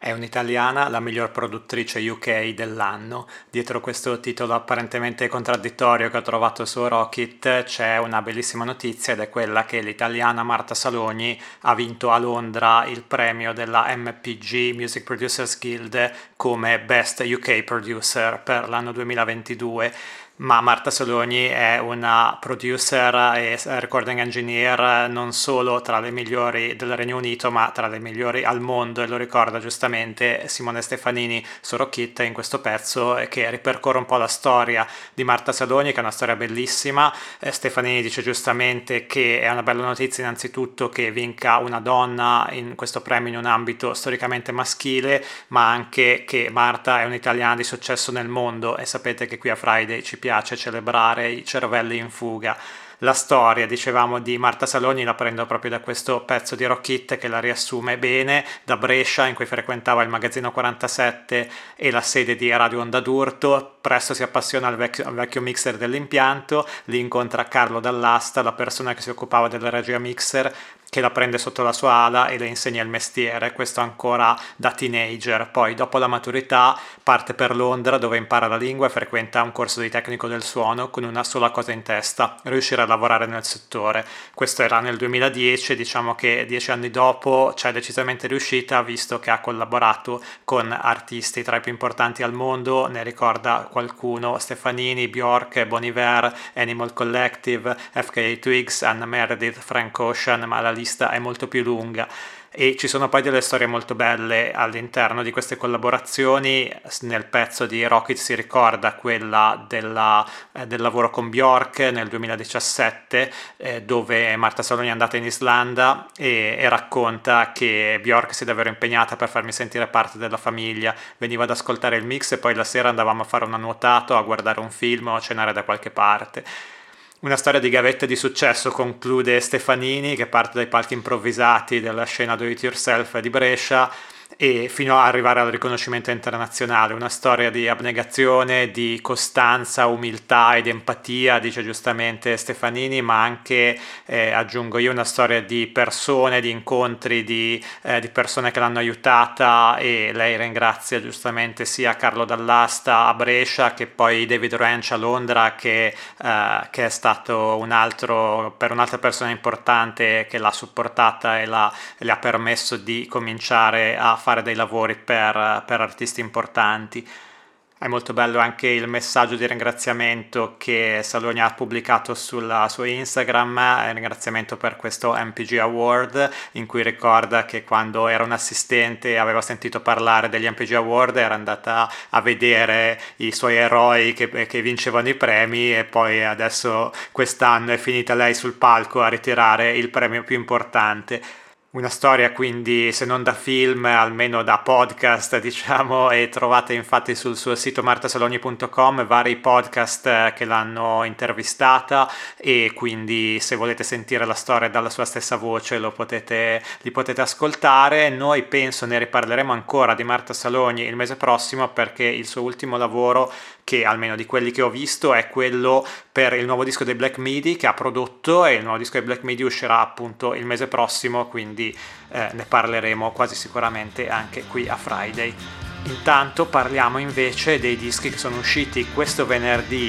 È un'italiana, la miglior produttrice UK dell'anno. Dietro questo titolo apparentemente contraddittorio che ho trovato su Rocket c'è una bellissima notizia ed è quella che l'italiana Marta Salogni ha vinto a Londra il premio della MPG Music Producers Guild come Best UK Producer per l'anno 2022. Ma Marta Soloni è una producer e recording engineer non solo tra le migliori del Regno Unito, ma tra le migliori al mondo, e lo ricorda giustamente Simone Stefanini su Rockit in questo pezzo che ripercorre un po' la storia di Marta Soloni, che è una storia bellissima. Stefanini dice giustamente che è una bella notizia innanzitutto che vinca una donna in questo premio in un ambito storicamente maschile, ma anche che Marta è un'italiana di successo nel mondo, e sapete che qui a Friday ci piace celebrare i cervelli in fuga. La storia, dicevamo, di Marta Salogni la prendo proprio da questo pezzo di Rock It che la riassume bene, da Brescia, in cui frequentava il magazzino 47 e la sede di Radio Onda d'Urto. Presto si appassiona al vecchio mixer dell'impianto, lì incontra Carlo Dall'Asta, la persona che si occupava della regia mixer, che la prende sotto la sua ala e le insegna il mestiere, questo ancora da teenager. Poi dopo la maturità parte per Londra, dove impara la lingua e frequenta un corso di tecnico del suono con una sola cosa in testa: riuscire a lavorare nel settore. Questo era nel 2010, diciamo che 10 anni dopo c'è decisamente riuscita, visto che ha collaborato con artisti tra i più importanti al mondo, ne ricorda qualcuno: Stefanini, Bjork, Bon Iver, Animal Collective, FKA Twigs, Anna Meredith, Frank Ocean, ma la lista è molto più lunga. E ci sono poi delle storie molto belle all'interno di queste collaborazioni. Nel pezzo di Rocket si ricorda quella del lavoro con Bjork nel 2017, dove Marta Salogni è andata in Islanda e racconta che Bjork si è davvero impegnata per farmi sentire parte della famiglia. Veniva ad ascoltare il mix e poi la sera andavamo a fare una nuotata, a guardare un film o a cenare da qualche parte. Una storia di gavette di successo, conclude Stefanini, che parte dai palchi improvvisati della scena do it yourself di Brescia e fino ad arrivare al riconoscimento internazionale. Una storia di abnegazione, di costanza, umiltà ed empatia, dice giustamente Stefanini, ma anche, aggiungo io, una storia di persone, di incontri, di persone che l'hanno aiutata, e lei ringrazia giustamente sia Carlo Dall'Asta a Brescia che poi David Ranch a Londra, che è stato per un'altra persona importante che l'ha supportata e le ha permesso di cominciare a fare dei lavori per artisti importanti. È molto bello anche il messaggio di ringraziamento che Salogni ha pubblicato sulla sua Instagram, un ringraziamento per questo MPG Award, in cui ricorda che quando era un assistente e aveva sentito parlare degli MPG Award era andata a vedere i suoi eroi che vincevano i premi, e poi adesso quest'anno è finita lei sul palco a ritirare il premio più importante. Una storia quindi, se non da film, almeno da podcast, diciamo, e trovate infatti sul suo sito martasalogni.com vari podcast che l'hanno intervistata, e quindi se volete sentire la storia dalla sua stessa voce li potete ascoltare. Noi penso ne riparleremo ancora di Marta Salogni il mese prossimo, perché il suo ultimo lavoro, che almeno di quelli che ho visto, è quello per il nuovo disco dei Black Midi che ha prodotto, e il nuovo disco dei Black Midi uscirà appunto il mese prossimo, quindi ne parleremo quasi sicuramente anche qui a Friday. Intanto parliamo invece dei dischi che sono usciti questo venerdì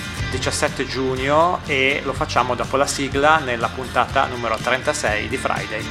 17 giugno, e lo facciamo dopo la sigla nella puntata numero 36 di Friday.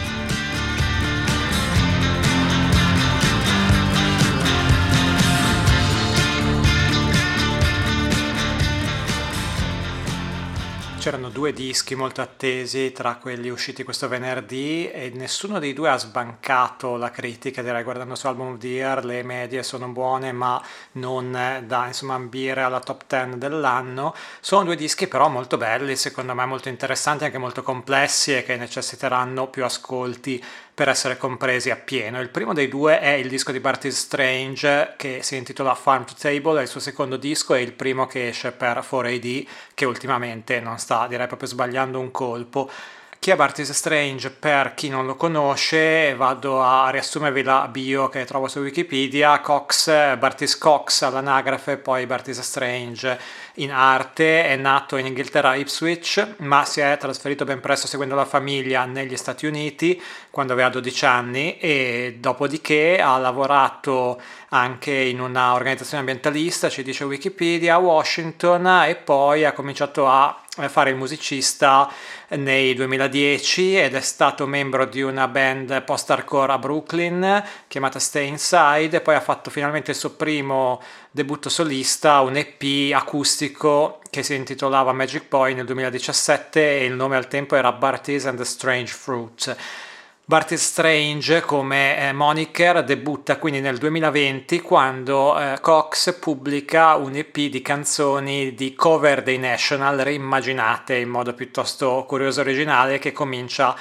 C'erano due dischi molto attesi tra quelli usciti questo venerdì, e nessuno dei due ha sbancato la critica, direi. Guardando su Album of the Year le medie sono buone, ma non da ambire alla top 10 dell'anno. Sono due dischi però molto belli, secondo me molto interessanti, anche molto complessi, e che necessiteranno più ascolti per essere compresi appieno. Il primo dei due è il disco di Barty Strange, che si intitola Farm to Table, è il suo secondo disco e il primo che esce per 4AD, che ultimamente non sta, direi, proprio sbagliando un colpo. Chi è Bartees Strange? Per chi non lo conosce, vado a riassumervi la bio che trovo su Wikipedia. Bartees Cox all'anagrafe, poi Bartees Strange in arte, è nato in Inghilterra a Ipswich, ma si è trasferito ben presto seguendo la famiglia negli Stati Uniti quando aveva 12 anni e dopodiché ha lavorato anche in una organizzazione ambientalista, ci dice Wikipedia, a Washington, e poi ha cominciato a fare il musicista nei 2010 ed è stato membro di una band post-hardcore a Brooklyn chiamata Stay Inside, e poi ha fatto finalmente il suo primo debutto solista, un EP acustico che si intitolava Magic Boy nel 2017 e il nome al tempo era Bartees and the Strange Fruit. Bartees Strange come moniker debutta quindi nel 2020 quando Cox pubblica un EP di canzoni di cover dei National reimmaginate in modo piuttosto curioso e originale che cominciano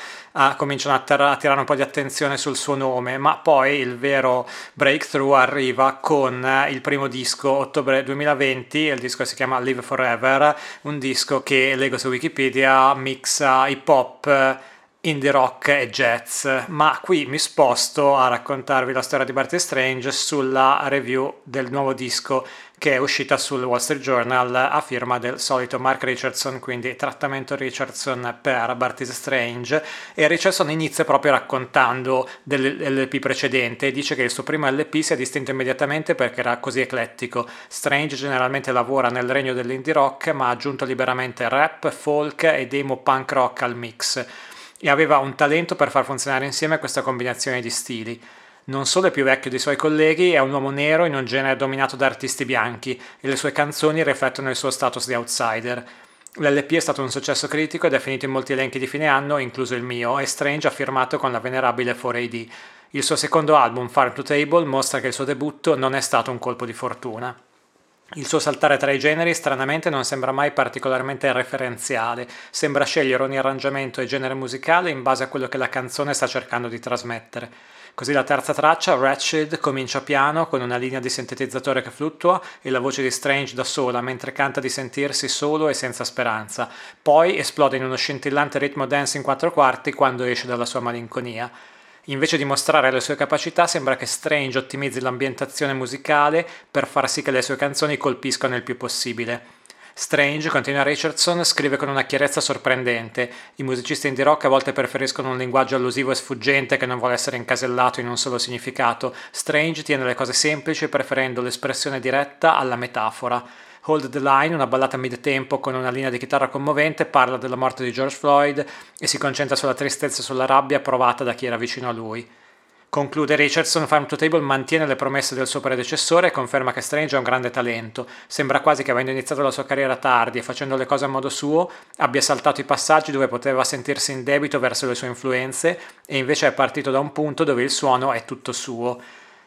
a tirare un po' di attenzione sul suo nome, ma poi il vero breakthrough arriva con il primo disco, ottobre 2020, il disco si chiama Live Forever, un disco che leggo su Wikipedia mixa hip hop, indie rock e jazz, ma qui mi sposto a raccontarvi la storia di Bartees Strange sulla review del nuovo disco che è uscita sul Wall Street Journal a firma del solito Mark Richardson, quindi trattamento Richardson per Bartees Strange, e Richardson inizia proprio raccontando dell'LP precedente e dice che il suo primo LP si è distinto immediatamente perché era così eclettico. Strange generalmente lavora nel regno dell'indie rock ma ha aggiunto liberamente rap, folk e demo punk rock al mix e aveva un talento per far funzionare insieme questa combinazione di stili. Non solo è più vecchio dei suoi colleghi, è un uomo nero in un genere dominato da artisti bianchi e le sue canzoni riflettono il suo status di outsider. L'LP è stato un successo critico ed è finito in molti elenchi di fine anno, incluso il mio, e Strange ha firmato con la venerabile 4AD. Il suo secondo album, Farm to Table, mostra che il suo debutto non è stato un colpo di fortuna. Il suo saltare tra i generi stranamente non sembra mai particolarmente referenziale, sembra scegliere ogni arrangiamento e genere musicale in base a quello che la canzone sta cercando di trasmettere. Così la terza traccia, Wretched, comincia piano con una linea di sintetizzatore che fluttua e la voce di Strange da sola mentre canta di sentirsi solo e senza speranza. Poi esplode in uno scintillante ritmo dance in 4/4 quando esce dalla sua malinconia. Invece di mostrare le sue capacità, sembra che Strange ottimizzi l'ambientazione musicale per far sì che le sue canzoni colpiscano il più possibile. Strange, continua Richardson, scrive con una chiarezza sorprendente. I musicisti indie rock a volte preferiscono un linguaggio allusivo e sfuggente che non vuole essere incasellato in un solo significato. Strange tiene le cose semplici preferendo l'espressione diretta alla metafora. Hold the Line, una ballata mid-tempo con una linea di chitarra commovente, parla della morte di George Floyd e si concentra sulla tristezza e sulla rabbia provata da chi era vicino a lui. Conclude Richardson, Farm to Table mantiene le promesse del suo predecessore e conferma che Strange è un grande talento. Sembra quasi che avendo iniziato la sua carriera tardi e facendo le cose a modo suo, abbia saltato i passaggi dove poteva sentirsi in debito verso le sue influenze e invece è partito da un punto dove il suono è tutto suo.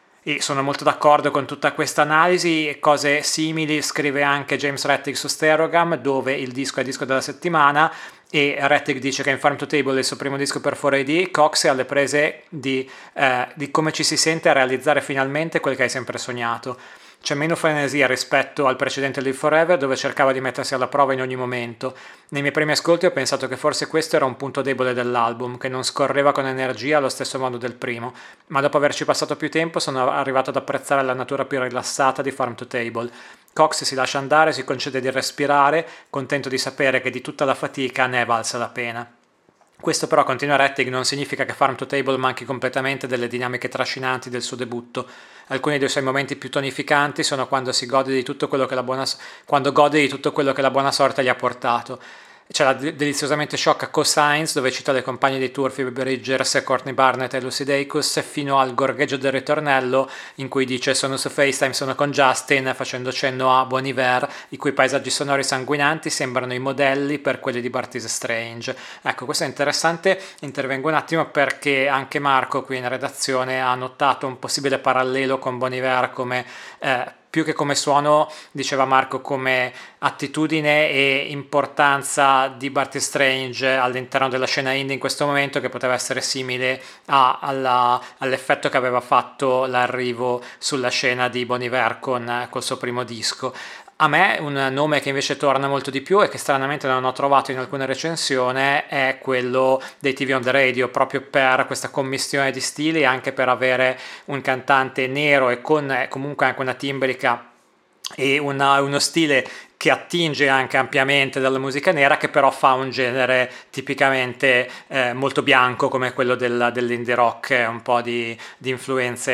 E sono molto d'accordo con tutta questa analisi, cose simili scrive anche James Rettig su Stereogam, dove il disco è disco della settimana e Rettig dice che in Farm to Table è il suo primo disco per 4AD, Cox è alle prese di come ci si sente a realizzare finalmente quel che hai sempre sognato. C'è meno frenesia rispetto al precedente Live Forever dove cercava di mettersi alla prova in ogni momento. Nei miei primi ascolti ho pensato che forse questo era un punto debole dell'album, che non scorreva con energia allo stesso modo del primo, ma dopo averci passato più tempo sono arrivato ad apprezzare la natura più rilassata di Farm to Table. Cox si lascia andare, si concede di respirare, contento di sapere che di tutta la fatica ne è valsa la pena. Questo però, continua Rettig, non significa che Farm to Table manchi completamente delle dinamiche trascinanti del suo debutto. Alcuni dei suoi momenti più tonificanti sono quando gode di tutto quello che la buona sorte gli ha portato. C'è la deliziosamente sciocca Cosigns, dove cita le compagne dei tour Phoebe Bridgers, Courtney Barnett e Lucy Dacus, fino al gorgheggio del ritornello in cui dice sono su FaceTime, sono con Justin, facendo cenno a Bon Iver, i cui paesaggi sonori sanguinanti sembrano i modelli per quelli di Bartees Strange. Ecco, questo è interessante, intervengo un attimo perché anche Marco qui in redazione ha notato un possibile parallelo con Bon Iver come più che come suono, diceva Marco, come attitudine e importanza di Bartees Strange all'interno della scena indie in questo momento, che poteva essere simile all'effetto che aveva fatto l'arrivo sulla scena di Bon Iver col suo primo disco. A me un nome che invece torna molto di più e che stranamente non ho trovato in alcuna recensione è quello dei TV on the Radio, proprio per questa commistione di stili, anche per avere un cantante nero e con comunque anche una timbrica e uno stile che attinge anche ampiamente dalla musica nera, che però fa un genere tipicamente molto bianco come quello dell'indie rock, un po' di influenze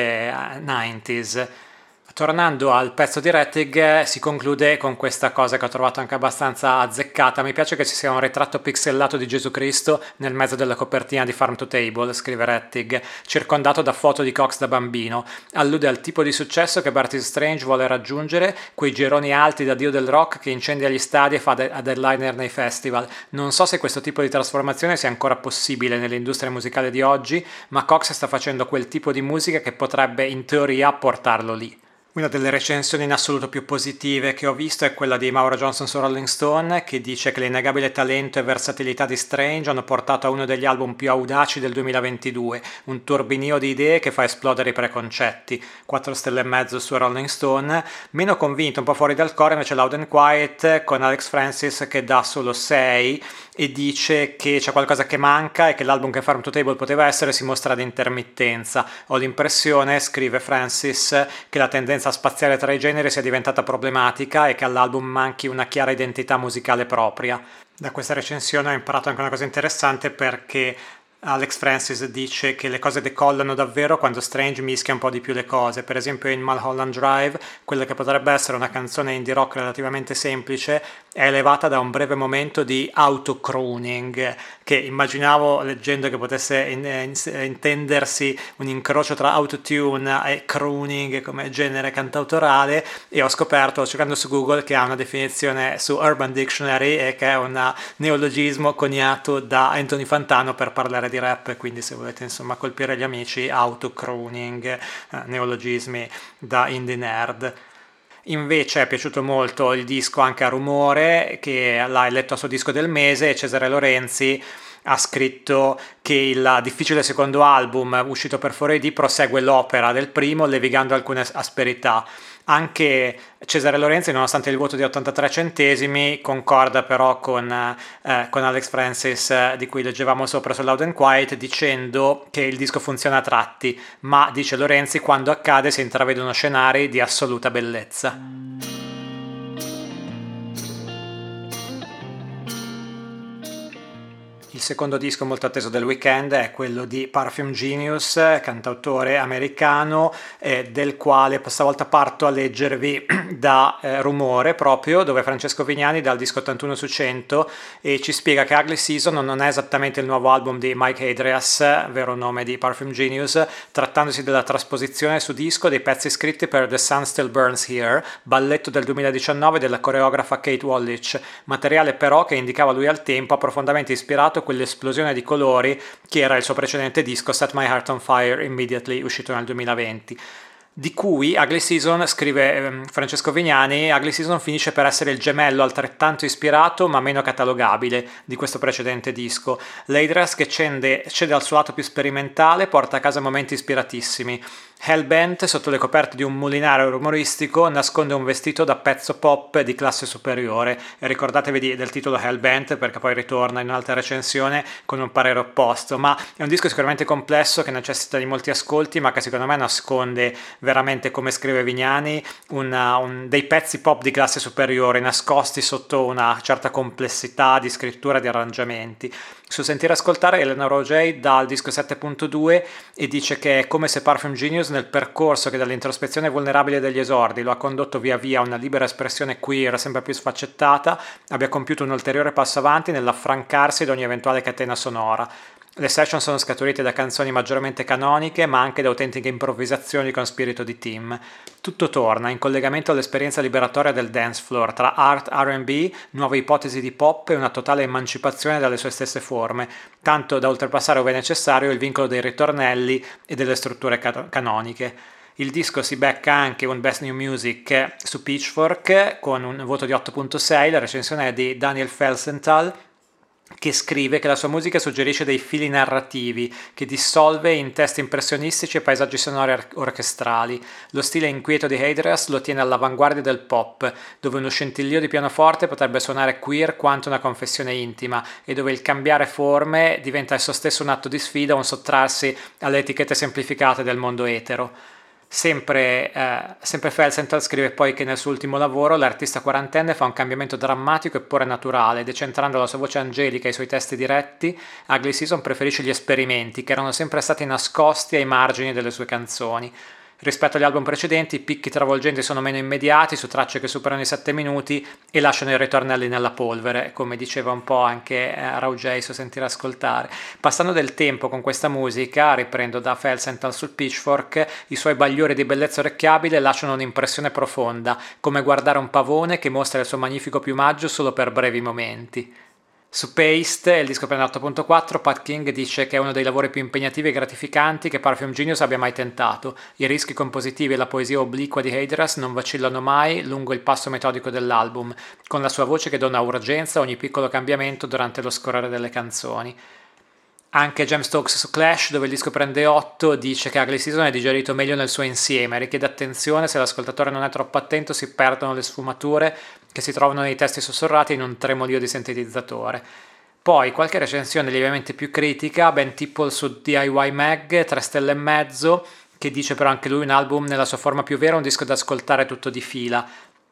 90s. Tornando al pezzo di Rettig, si conclude con questa cosa che ho trovato anche abbastanza azzeccata. Mi piace che ci sia un ritratto pixelato di Gesù Cristo nel mezzo della copertina di Farm to Table, scrive Rettig, circondato da foto di Cox da bambino. Allude al tipo di successo che Bertie Strange vuole raggiungere, quei gironi alti da dio del rock che incendia gli stadi e fa ad headliner nei festival. Non so se questo tipo di trasformazione sia ancora possibile nell'industria musicale di oggi, ma Cox sta facendo quel tipo di musica che potrebbe in teoria portarlo lì. Una delle recensioni in assoluto più positive che ho visto è quella di Mauro Johnson su Rolling Stone, che dice che l'innegabile talento e versatilità di Strange hanno portato a uno degli album più audaci del 2022, un turbinio di idee che fa esplodere i preconcetti. 4 stelle e mezzo su Rolling Stone. Meno convinto, un po' fuori dal core, invece Loud and Quiet con Alex Francis che dà solo 6 e dice che c'è qualcosa che manca e che l'album che Farm to Table poteva essere si mostra ad intermittenza. Ho l'impressione, scrive Francis, che la tendenza a spaziare tra i generi sia diventata problematica e che all'album manchi una chiara identità musicale propria. Da questa recensione ho imparato anche una cosa interessante, perché Alex Francis dice che le cose decollano davvero quando Strange mischia un po' di più le cose. Per esempio in Mulholland Drive, quella che potrebbe essere una canzone indie rock relativamente semplice è elevata da un breve momento di auto-crooning, che immaginavo leggendo che potesse intendersi un incrocio tra autotune e crooning come genere cantautorale, e ho scoperto, cercando su Google, che ha una definizione su Urban Dictionary e che è un neologismo coniato da Anthony Fantano per parlare di rap, quindi se volete insomma colpire gli amici, auto-crooning, neologismi da indie nerd. Invece è piaciuto molto il disco anche a Rumore, che l'ha eletto al suo disco del mese, e Cesare Lorenzi ha scritto che il difficile secondo album uscito per 4AD prosegue l'opera del primo, levigando alcune asperità. Anche Cesare Lorenzi, nonostante il voto di 83 centesimi, concorda però con Alex Francis, di cui leggevamo sopra su Loud and Quiet, dicendo che il disco funziona a tratti, ma, dice Lorenzi, quando accade si intravedono scenari di assoluta bellezza. Il secondo disco molto atteso del weekend è quello di Perfume Genius, cantautore americano, del quale stavolta parto a leggervi da Rumore proprio, dove Francesco Vignani dà il disco 81 su 100 e ci spiega che Ugly Season non è esattamente il nuovo album di Mike Adrias, vero nome di Perfume Genius, trattandosi della trasposizione su disco dei pezzi scritti per The Sun Still Burns Here, balletto del 2019 della coreografa Kate Wallich, materiale però che indicava lui al tempo ha profondamente ispirato quell'esplosione di colori che era il suo precedente disco Set My Heart on Fire Immediately, uscito nel 2020. Di cui Ugly Season, scrive Francesco Vignani, Ugly Season finisce per essere il gemello altrettanto ispirato ma meno catalogabile di questo precedente disco. L'Adrias, che cede al suo lato più sperimentale, porta a casa momenti ispiratissimi. Hellbent, sotto le coperte di un mulinario rumoristico, nasconde un vestito da pezzo pop di classe superiore. E ricordatevi del titolo Hellbent, perché poi ritorna in un'altra recensione con un parere opposto. Ma è un disco sicuramente complesso, che necessita di molti ascolti, ma che secondo me nasconde veramente, come scrive Vignani, dei pezzi pop di classe superiore, nascosti sotto una certa complessità di scrittura e di arrangiamenti. Su Sentire Ascoltare Eleanor O.J. dà il disco 7.2 e dice che è come se Perfume Genius, nel percorso che dall'introspezione vulnerabile degli esordi lo ha condotto via via a una libera espressione queer sempre più sfaccettata, abbia compiuto un ulteriore passo avanti nell'affrancarsi da ogni eventuale catena sonora. Le session sono scaturite da canzoni maggiormente canoniche, ma anche da autentiche improvvisazioni con spirito di team. Tutto torna, in collegamento all'esperienza liberatoria del dance floor, tra art, R&B, nuove ipotesi di pop e una totale emancipazione dalle sue stesse forme, tanto da oltrepassare ove necessario il vincolo dei ritornelli e delle strutture canoniche. Il disco si becca anche un Best New Music su Pitchfork con un voto di 8.6, la recensione è di Daniel Felsenthal, che scrive che la sua musica suggerisce dei fili narrativi che dissolve in testi impressionistici e paesaggi sonori orchestrali. Lo stile inquieto di Hadrias lo tiene all'avanguardia del pop, dove uno scintillio di pianoforte potrebbe suonare queer quanto una confessione intima e dove il cambiare forme diventa esso stesso un atto di sfida o un sottrarsi alle etichette semplificate del mondo etero. Sempre Felsenthal scrive poi che nel suo ultimo lavoro l'artista quarantenne fa un cambiamento drammatico eppure naturale, decentrando la sua voce angelica e i suoi testi diretti. Ugly Season preferisce gli esperimenti, che erano sempre stati nascosti ai margini delle sue canzoni. Rispetto agli album precedenti, i picchi travolgenti sono meno immediati, su tracce che superano i 7 minuti e lasciano i ritornelli nella polvere, come diceva un po' anche Raw J su Sentire Ascoltare. Passando del tempo con questa musica, riprendo da Felsenthal sul Pitchfork, i suoi bagliori di bellezza orecchiabile lasciano un'impressione profonda, come guardare un pavone che mostra il suo magnifico piumaggio solo per brevi momenti. Su Paste, il disco prende 8.4, Pat King dice che è uno dei lavori più impegnativi e gratificanti che Perfume Genius abbia mai tentato. I rischi compositivi e la poesia obliqua di Hadrias non vacillano mai lungo il passo metodico dell'album, con la sua voce che dona urgenza a ogni piccolo cambiamento durante lo scorrere delle canzoni. Anche James Stokes su Clash, dove il disco prende 8, dice che Ugly Season è digerito meglio nel suo insieme, richiede attenzione, se l'ascoltatore non è troppo attento si perdono le sfumature che si trovano nei testi sussurrati in un tremolio di sintetizzatore. Poi qualche recensione lievemente più critica, Ben Tipple su DIY Mag, 3 stelle e mezzo, che dice però anche lui un album nella sua forma più vera, un disco da ascoltare tutto di fila.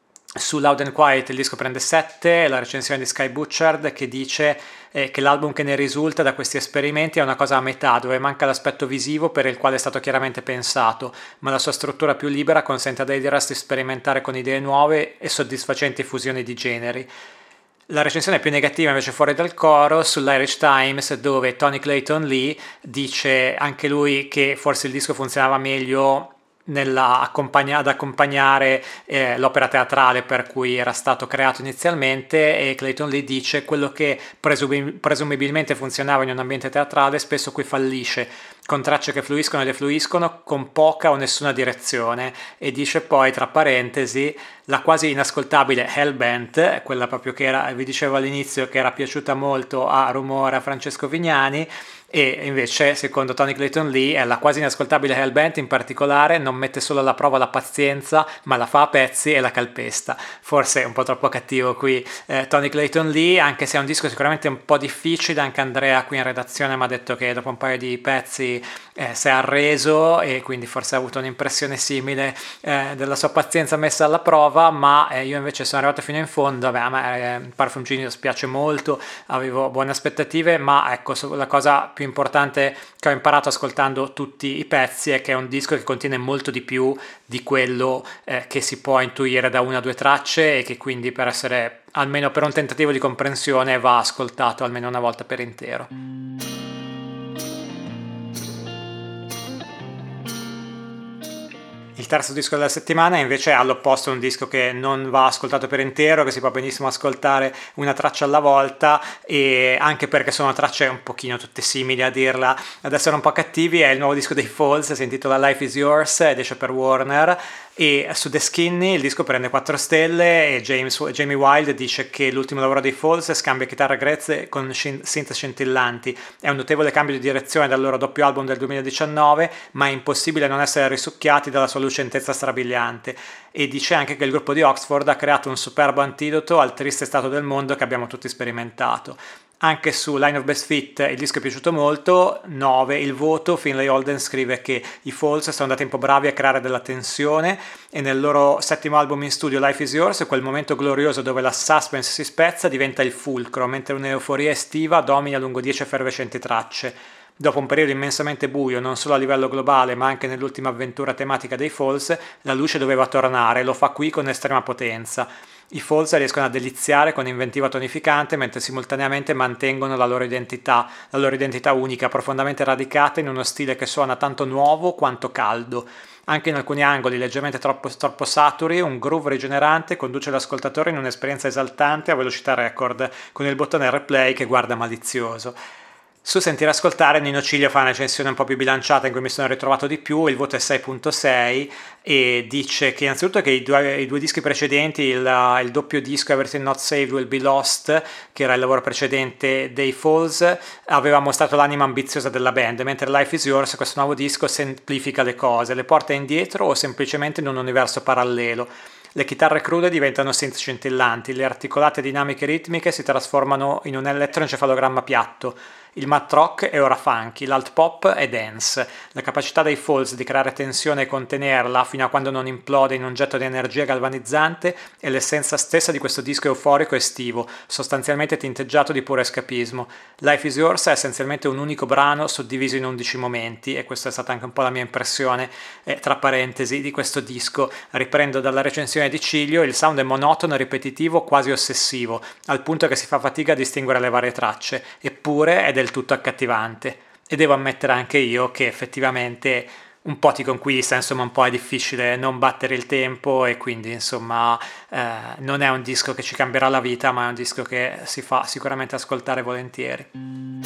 Su Loud and Quiet il disco prende 7, la recensione di Sky Butchard che dice che l'album che ne risulta da questi esperimenti è una cosa a metà, dove manca l'aspetto visivo per il quale è stato chiaramente pensato, ma la sua struttura più libera consente ad Hadrias di sperimentare con idee nuove e soddisfacenti fusioni di generi. La recensione più negativa invece fuori dal coro sull'Irish Times, dove Tony Clayton Lee dice anche lui che forse il disco funzionava meglio ad accompagnare l'opera teatrale per cui era stato creato inizialmente, e Clayton Lee dice quello che presumibilmente funzionava in un ambiente teatrale spesso qui fallisce, con tracce che fluiscono e defluiscono con poca o nessuna direzione, e dice poi tra parentesi la quasi inascoltabile Hellbent, quella proprio che vi dicevo all'inizio che era piaciuta molto a Rumore, a Francesco Vignani, e invece secondo Tony Clayton Lee la quasi inascoltabile Hellbent in particolare non mette solo alla prova la pazienza ma la fa a pezzi e la calpesta. Forse un po' troppo cattivo qui Tony Clayton Lee, anche se è un disco sicuramente un po' difficile. Anche Andrea qui in redazione mi ha detto che dopo un paio di pezzi si è arreso e quindi forse ha avuto un'impressione simile della sua pazienza messa alla prova, ma io invece sono arrivato fino in fondo. A me Perfume Genius piace molto, avevo buone aspettative, ma ecco, la cosa più importante che ho imparato ascoltando tutti i pezzi è che è un disco che contiene molto di più di quello che si può intuire da una o due tracce, e che quindi per essere almeno per un tentativo di comprensione va ascoltato almeno una volta per intero. Il terzo disco della settimana invece è all'opposto un disco che non va ascoltato per intero, che si può benissimo ascoltare una traccia alla volta, e anche perché sono tracce un pochino tutte simili a dirla, ad essere un po' cattivi. È il nuovo disco dei Falls, si intitola Life Is Yours ed esce per Warner, e su The Skinny il disco prende 4 stelle e Jamie Wild dice che l'ultimo lavoro dei Falls scambia chitarre grezze con synth scintillanti. È un notevole cambio di direzione dal loro doppio album del 2019, ma è impossibile non essere risucchiati dalla sua lucentezza strabiliante, e dice anche che il gruppo di Oxford ha creato un superbo antidoto al triste stato del mondo che abbiamo tutti sperimentato. Anche su Line of Best Fit il disco è piaciuto molto, 9 il voto. Finlay Holden scrive che i Falls sono da tempo bravi a creare della tensione, e nel loro settimo album in studio Life Is Yours quel momento glorioso dove la suspense si spezza diventa il fulcro, mentre un'euforia estiva domina lungo 10 effervescenti tracce. Dopo un periodo immensamente buio, non solo a livello globale ma anche nell'ultima avventura tematica dei Falls, la luce doveva tornare, e lo fa qui con estrema potenza. I Falls riescono a deliziare con inventiva tonificante mentre simultaneamente mantengono la loro identità unica, profondamente radicata in uno stile che suona tanto nuovo quanto caldo. Anche in alcuni angoli leggermente troppo saturi, un groove rigenerante conduce l'ascoltatore in un'esperienza esaltante a velocità record, con il bottone replay che guarda malizioso. Su Sentire Ascoltare Nino Ciglio fa una recensione un po' più bilanciata in cui mi sono ritrovato di più, il voto è 6.6 e dice che innanzitutto che i due dischi precedenti, il doppio disco Everything Not Saved Will Be Lost, che era il lavoro precedente dei Falls, aveva mostrato l'anima ambiziosa della band, mentre Life Is Yours, questo nuovo disco, semplifica le cose, le porta indietro o semplicemente in un universo parallelo. Le chitarre crude diventano synth scintillanti, le articolate dinamiche ritmiche si trasformano in un elettroencefalogramma piatto. Il math rock è ora funky, l'alt pop è dance. La capacità dei Falls di creare tensione e contenerla fino a quando non implode in un getto di energia galvanizzante è l'essenza stessa di questo disco euforico estivo, sostanzialmente tinteggiato di puro escapismo. Life Is Yours è essenzialmente un unico brano suddiviso in 11 momenti e questa è stata anche un po' la mia impressione, tra parentesi, di questo disco. Riprendo dalla recensione di Ciglio: il sound è monotono, ripetitivo, quasi ossessivo, al punto che si fa fatica a distinguere le varie tracce, eppure è del tutto accattivante. E devo ammettere anche io che effettivamente un po' ti conquista, insomma un po' è difficile non battere il tempo e quindi insomma non è un disco che ci cambierà la vita, ma è un disco che si fa sicuramente ascoltare volentieri.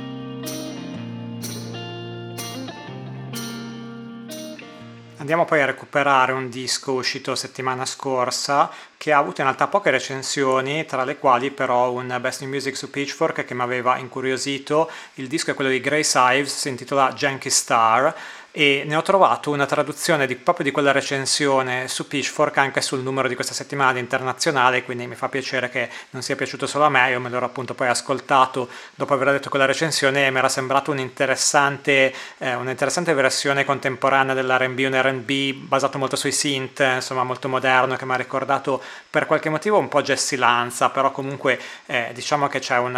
Andiamo poi a recuperare un disco uscito settimana scorsa che ha avuto in realtà poche recensioni, tra le quali però un Best New Music su Pitchfork che mi aveva incuriosito. Il disco è quello di Grace Ives, si intitola Janky Star e ne ho trovato una traduzione proprio di quella recensione su Pitchfork anche sul numero di questa settimana di Internazionale, quindi mi fa piacere che non sia piaciuto solo a me. Io me l'ero appunto poi ascoltato dopo aver letto quella recensione e mi era sembrato un'interessante versione contemporanea dell'R&B, un R&B basato molto sui synth, insomma molto moderno, che mi ha ricordato per qualche motivo un po' Jessy Lanza, però comunque diciamo che c'è un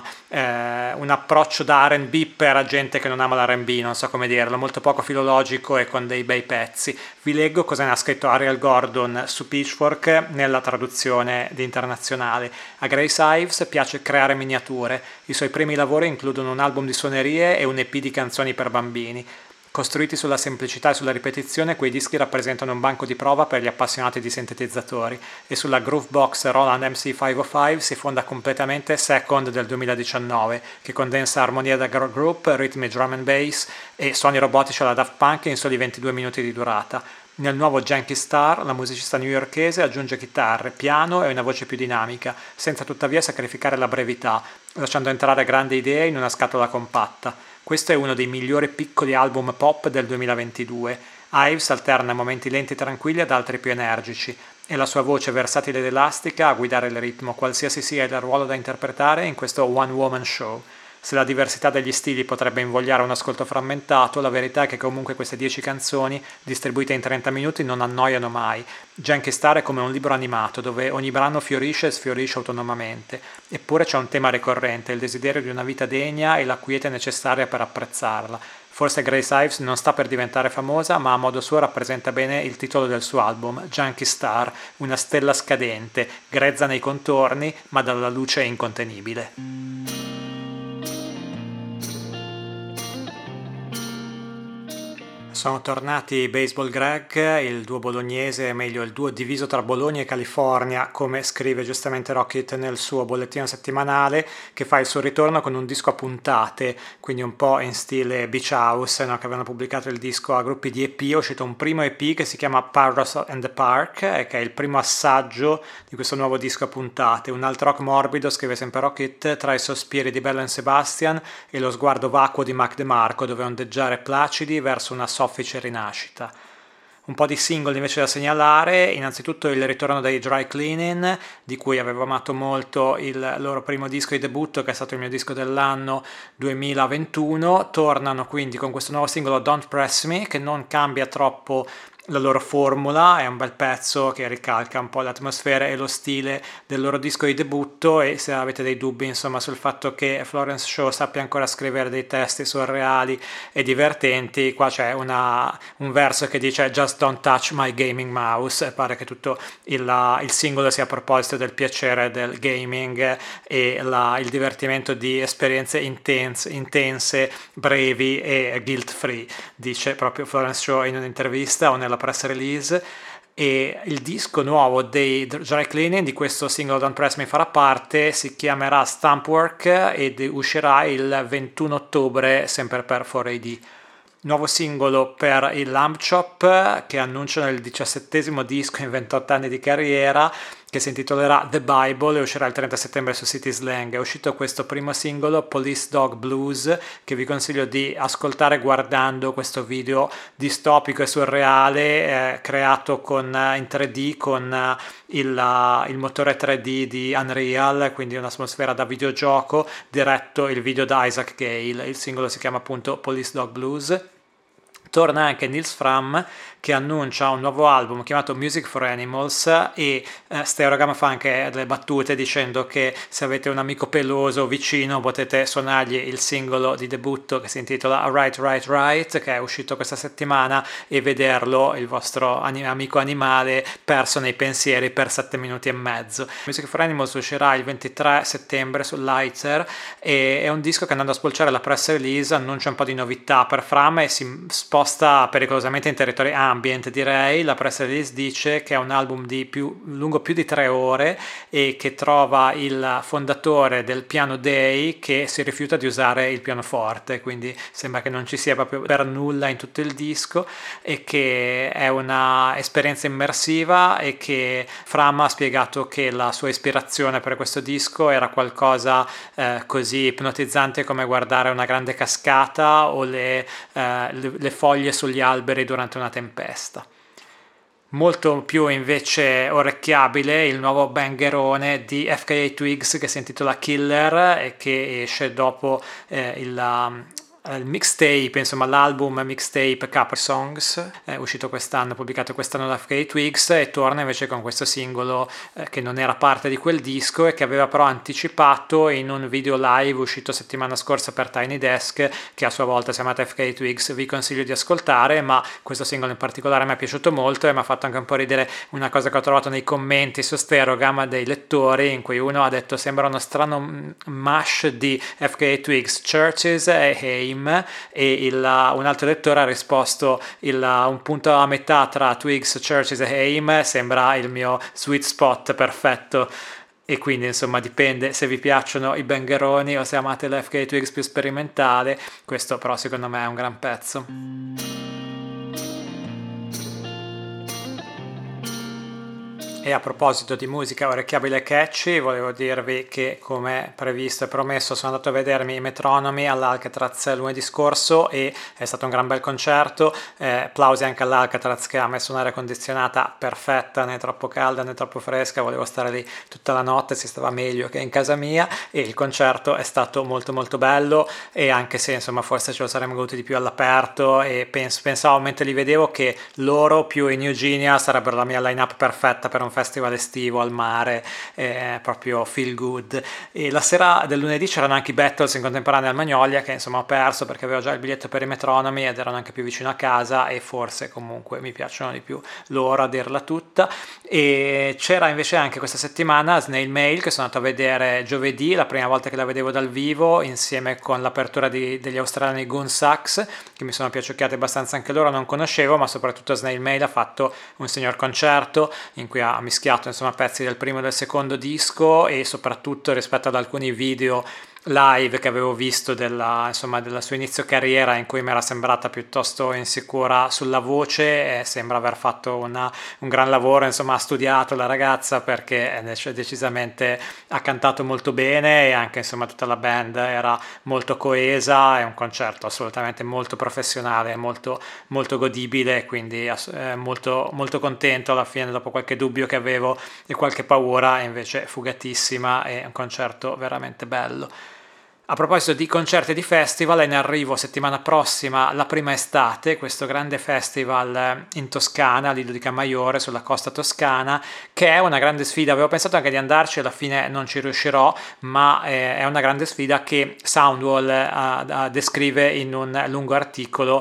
approccio da R&B per gente che non ama l'R&B, non so come dirlo, molto poco filologico e con dei bei pezzi. Vi leggo cosa ne ha scritto Ariel Gordon su Pitchfork nella traduzione di Internazionale. A Grace Ives piace creare miniature. I suoi primi lavori includono un album di suonerie e un EP di canzoni per bambini. Costruiti sulla semplicità e sulla ripetizione, quei dischi rappresentano un banco di prova per gli appassionati di sintetizzatori e sulla Groovebox Roland MC505 si fonda completamente Second del 2019, che condensa armonie da girl group, ritmi drum and bass e suoni robotici alla Daft Punk in soli 22 minuti di durata. Nel nuovo Janky Star, la musicista newyorkese aggiunge chitarre, piano e una voce più dinamica, senza tuttavia sacrificare la brevità, lasciando entrare grandi idee in una scatola compatta. Questo è uno dei migliori piccoli album pop del 2022. Ives alterna momenti lenti e tranquilli ad altri più energici e la sua voce versatile ed elastica a guidare il ritmo, qualsiasi sia il ruolo da interpretare in questo one-woman show. Se la diversità degli stili potrebbe invogliare un ascolto frammentato, la verità è che comunque queste 10 canzoni, distribuite in 30 minuti, non annoiano mai. Janky Star è come un libro animato, dove ogni brano fiorisce e sfiorisce autonomamente. Eppure c'è un tema ricorrente, il desiderio di una vita degna e la quiete necessaria per apprezzarla. Forse Grace Ives non sta per diventare famosa, ma a modo suo rappresenta bene il titolo del suo album, Janky Star, una stella scadente, grezza nei contorni, ma dalla luce incontenibile. Sono tornati Baseball Greg, il duo bolognese, meglio il duo diviso tra Bologna e California, come scrive giustamente Rocket nel suo bollettino settimanale, che fa il suo ritorno con un disco a puntate, quindi un po' in stile Beach House, no? Che avevano pubblicato il disco a gruppi di EP. È uscito un primo EP che si chiama Parasol and the Park, che è il primo assaggio di questo nuovo disco a puntate, un alt rock morbido, scrive sempre Rocket, tra i sospiri di Bell Sebastian e lo sguardo vacuo di Mac DeMarco, dove ondeggiare placidi verso una soffice rinascita. Un po' di single invece da segnalare: innanzitutto il ritorno dei Dry Cleaning, di cui avevo amato molto il loro primo disco di debutto, che è stato il mio disco dell'anno 2021. Tornano quindi con questo nuovo singolo Don't Press Me, che non cambia troppo la loro formula, è un bel pezzo che ricalca un po' l'atmosfera e lo stile del loro disco di debutto, e se avete dei dubbi insomma sul fatto che Florence Shaw sappia ancora scrivere dei testi surreali e divertenti, qua c'è un verso che dice "Just don't touch my gaming mouse", e pare che tutto il singolo sia a proposito del piacere del gaming e il divertimento di esperienze intense, brevi e guilt free, dice proprio Florence Shaw in un'intervista o nella press release. e il disco nuovo dei Dry Cleaning, di questo singolo Don't Press Me farà parte, si chiamerà Stampwork ed uscirà il 21 ottobre sempre per 4AD. Nuovo singolo per i Lamb Chop, che annunciano il 17° disco in 28 anni di carriera, che si intitolerà The Bible e uscirà il 30 settembre su City Slang. È uscito questo primo singolo, Police Dog Blues, che vi consiglio di ascoltare guardando questo video distopico e surreale creato in 3D con il motore 3D di Unreal, quindi un'atmosfera da videogioco, diretto il video da Isaac Gale. Il singolo si chiama appunto Police Dog Blues. Torna anche Nils Fram, che annuncia un nuovo album chiamato Music for Animals, e Stereogam fa anche delle battute dicendo che se avete un amico peloso vicino potete suonargli il singolo di debutto che si intitola Right Right Right, che è uscito questa settimana, e vederlo, il vostro amico animale, perso nei pensieri per 7 minuti e mezzo. Music for Animals uscirà il 23 settembre su Lighter e è un disco che, andando a spulciare la press release, annuncia un po' di novità per Fram e si sposta pericolosamente in territori ambient, direi. La press release dice che è un album lungo più di 3 ore e che trova il fondatore del piano Day che si rifiuta di usare il pianoforte, quindi sembra che non ci sia proprio per nulla in tutto il disco, e che è una esperienza immersiva, e che Fram ha spiegato che la sua ispirazione per questo disco era qualcosa così ipnotizzante come guardare una grande cascata o le foglie sugli alberi durante una tempesta. Molto più invece orecchiabile il nuovo bangerone di FKA Twigs che si intitola Killer e che esce dopo il mixtape, insomma l'album mixtape Capri Songs, è uscito quest'anno, pubblicato quest'anno da FKA Twigs, e torna invece con questo singolo che non era parte di quel disco e che aveva però anticipato in un video live uscito settimana scorsa per Tiny Desk, che a sua volta si è chiamata FKA Twigs. Vi consiglio di ascoltare, ma questo singolo in particolare mi è piaciuto molto e mi ha fatto anche un po' ridere una cosa che ho trovato nei commenti su Stereogam dei lettori, in cui uno ha detto sembra uno strano mash di FKA Twigs, Churches e Aim, e un altro lettore ha risposto un punto a metà tra Twigs, Churches e Aim sembra il mio sweet spot perfetto. E quindi insomma dipende se vi piacciono i bangeroni o se amate l'FK Twigs più sperimentale. Questo però secondo me è un gran pezzo. E a proposito di musica orecchiabile e catchy, volevo dirvi che, come previsto e promesso, sono andato a vedermi i Metronomi all'Alcatraz lunedì scorso e è stato un gran bel concerto. Applausi anche all'Alcatraz, che ha messo un'aria condizionata perfetta, né troppo calda né troppo fresca. Volevo stare lì tutta la notte, si stava meglio che in casa mia, e il concerto è stato molto molto bello, e anche se insomma forse ce lo saremmo goduti di più all'aperto, e pensavo mentre li vedevo che loro più in Eugenia sarebbero la mia line-up perfetta per un festival estivo al mare, proprio feel good. E la sera del lunedì c'erano anche i Battles in contemporanea al Magnolia, che insomma ho perso perché avevo già il biglietto per i Metronomi ed erano anche più vicino a casa, e forse comunque mi piacciono di più loro, a dirla tutta. E c'era invece anche questa settimana Snail Mail, che sono andato a vedere giovedì, la prima volta che la vedevo dal vivo, insieme con l'apertura degli australiani Goon Sax, che mi sono piaciucchiati abbastanza anche loro, non conoscevo, ma soprattutto Snail Mail ha fatto un signor concerto in cui ha mischiato insomma pezzi del primo e del secondo disco, e soprattutto rispetto ad alcuni video live che avevo visto della sua inizio carriera, in cui mi era sembrata piuttosto insicura sulla voce, sembra aver fatto un gran lavoro, insomma ha studiato la ragazza, perché decisamente ha cantato molto bene, e anche insomma tutta la band era molto coesa. È un concerto assolutamente molto professionale, molto, molto godibile, quindi molto, molto contento alla fine, dopo qualche dubbio che avevo e qualche paura, invece fugatissima, e un concerto veramente bello. A proposito di concerti e di festival, è in arrivo settimana prossima la Prima Estate, questo grande festival in Toscana, all'Isola di Camaiore, sulla costa toscana, che è una grande sfida. Avevo pensato anche di andarci, alla fine non ci riuscirò, ma è una grande sfida che Soundwall descrive in un lungo articolo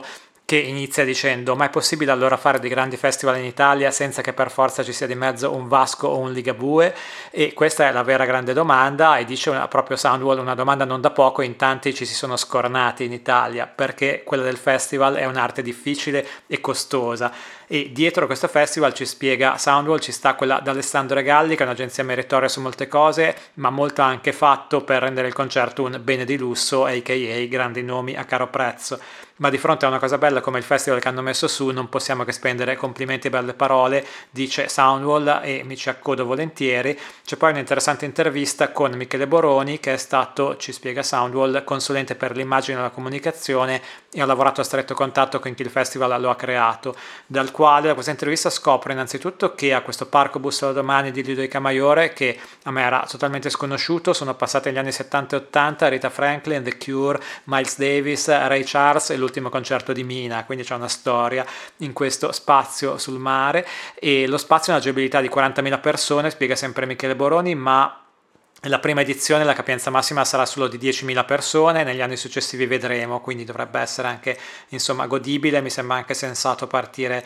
che inizia dicendo: ma è possibile allora fare dei grandi festival in Italia senza che per forza ci sia di mezzo un Vasco o un Ligabue? E questa è la vera grande domanda, e dice proprio Soundwall una domanda non da poco, in tanti ci si sono scornati in Italia, perché quella del festival è un'arte difficile e costosa, e dietro questo festival, ci spiega Soundwall, ci sta quella d'Alessandro Regalli, che è un'agenzia meritoria su molte cose, ma molto ha anche fatto per rendere il concerto un bene di lusso, a.k.a. grandi nomi a caro prezzo. Ma di fronte a una cosa bella come il festival che hanno messo su non possiamo che spendere complimenti e belle parole, dice Soundwall, e mi ci accodo volentieri. C'è poi un'interessante intervista con Michele Boroni, che è stato, ci spiega Soundwall, consulente per l'immagine e la comunicazione e ha lavorato a stretto contatto con chi il festival lo ha creato, dal quale da questa intervista scopre innanzitutto che a questo Parco Busto Domani di Ludovica Maiore, che a me era totalmente sconosciuto, sono passati gli anni 70 e 80 Rita Franklin, The Cure, Miles Davis, Ray Charles e l'ultimo concerto di Mina, quindi c'è una storia in questo spazio sul mare, e lo spazio ha un'agibilità di 40.000 persone, spiega sempre Michele Boroni, ma la prima edizione la capienza massima sarà solo di 10.000 persone, negli anni successivi vedremo, quindi dovrebbe essere anche insomma godibile. Mi sembra anche sensato partire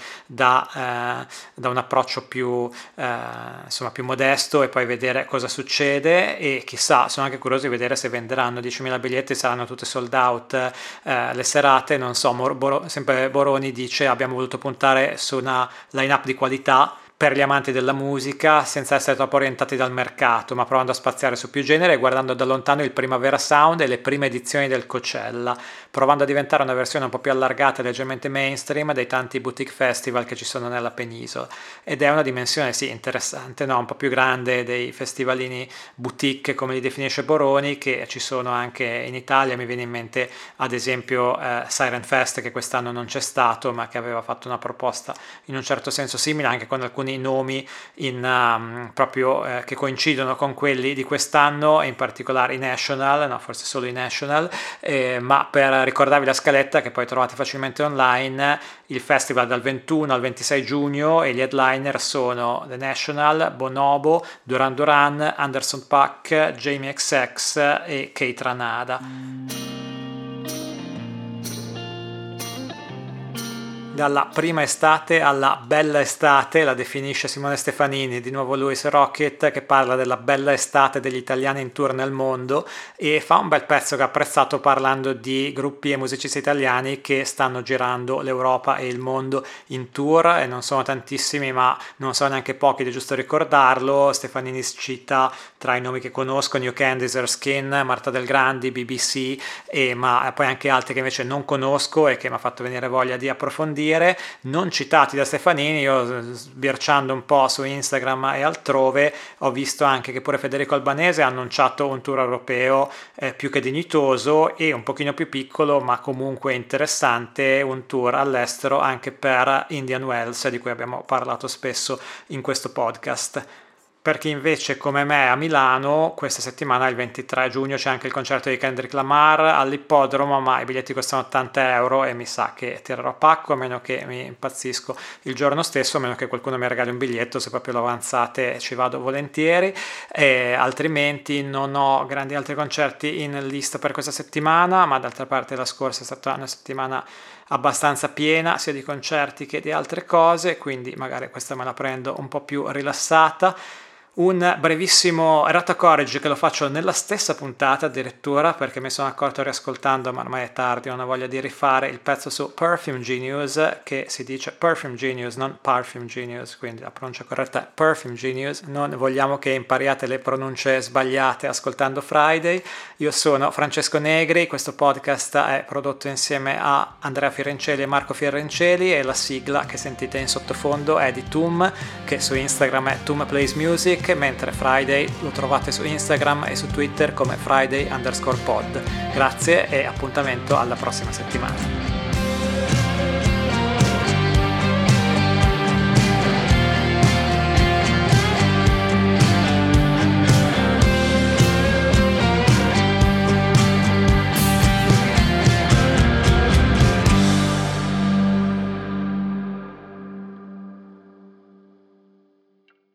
da un approccio più modesto e poi vedere cosa succede, e chissà, sono anche curioso di vedere se venderanno 10.000 biglietti, saranno tutte sold out le serate, non so. Sempre Boroni dice: abbiamo voluto puntare su una line-up di qualità per gli amanti della musica, senza essere troppo orientati dal mercato, ma provando a spaziare su più genere e guardando da lontano il Primavera Sound e le prime edizioni del Coachella, provando a diventare una versione un po' più allargata e leggermente mainstream dei tanti boutique festival che ci sono nella penisola. Ed è una dimensione, sì, interessante, no? Un po' più grande dei festivalini boutique, come li definisce Boroni, che ci sono anche in Italia. Mi viene in mente ad esempio Siren Fest, che quest'anno non c'è stato, ma che aveva fatto una proposta in un certo senso simile, anche con alcuni nomi che coincidono con quelli di quest'anno, in particolare i National, no, forse solo i National, ma per ricordarvi la scaletta che poi trovate facilmente online: il festival dal 21 al 26 giugno e gli headliner sono The National, Bonobo, Duran Duran, Anderson .Paak, Jamie XX e Kate Ranada. Dalla prima estate alla bella estate, la definisce Simone Stefanini, di nuovo Louis Rocket, che parla della bella estate degli italiani in tour nel mondo, e fa un bel pezzo che ho apprezzato parlando di gruppi e musicisti italiani che stanno girando l'Europa e il mondo in tour, e non sono tantissimi, ma non sono neanche pochi, ed è giusto ricordarlo. Stefanini cita tra i nomi che conosco New Candies, Erskine, Marta Del Grandi, BBC, ma poi anche altri che invece non conosco e che mi ha fatto venire voglia di approfondire, non citati da Stefanini. Io, sbirciando un po' su Instagram e altrove, ho visto anche che pure Federico Albanese ha annunciato un tour europeo più che dignitoso e un pochino più piccolo, ma comunque interessante, un tour all'estero anche per Indian Wells, di cui abbiamo parlato spesso in questo podcast. Per chi invece come me è a Milano, questa settimana, il 23 giugno, c'è anche il concerto di Kendrick Lamar all'Ippodromo, ma i biglietti costano 80 euro e mi sa che tirerò pacco, a meno che mi impazzisco il giorno stesso, a meno che qualcuno mi regali un biglietto. Se proprio lo avanzate ci vado volentieri, altrimenti non ho grandi altri concerti in lista per questa settimana, ma d'altra parte la scorsa è stata una settimana abbastanza piena sia di concerti che di altre cose, quindi magari questa me la prendo un po' più rilassata. Un brevissimo errata corrige che lo faccio nella stessa puntata addirittura, perché mi sono accorto riascoltando, ma ormai è tardi, non ho voglia di rifare il pezzo su Perfume Genius, che si dice Perfume Genius, non Parfum Genius, quindi la pronuncia corretta è Perfume Genius. Non vogliamo che impariate le pronunce sbagliate ascoltando Friday. Io sono Francesco Negri, questo podcast è prodotto insieme a Andrea Fiorencelli e Marco Fiorencelli, e la sigla che sentite in sottofondo è di Tum, che su Instagram è Tum Plays Music, mentre Friday lo trovate su Instagram e su Twitter come Friday_pod. Grazie e appuntamento alla prossima settimana.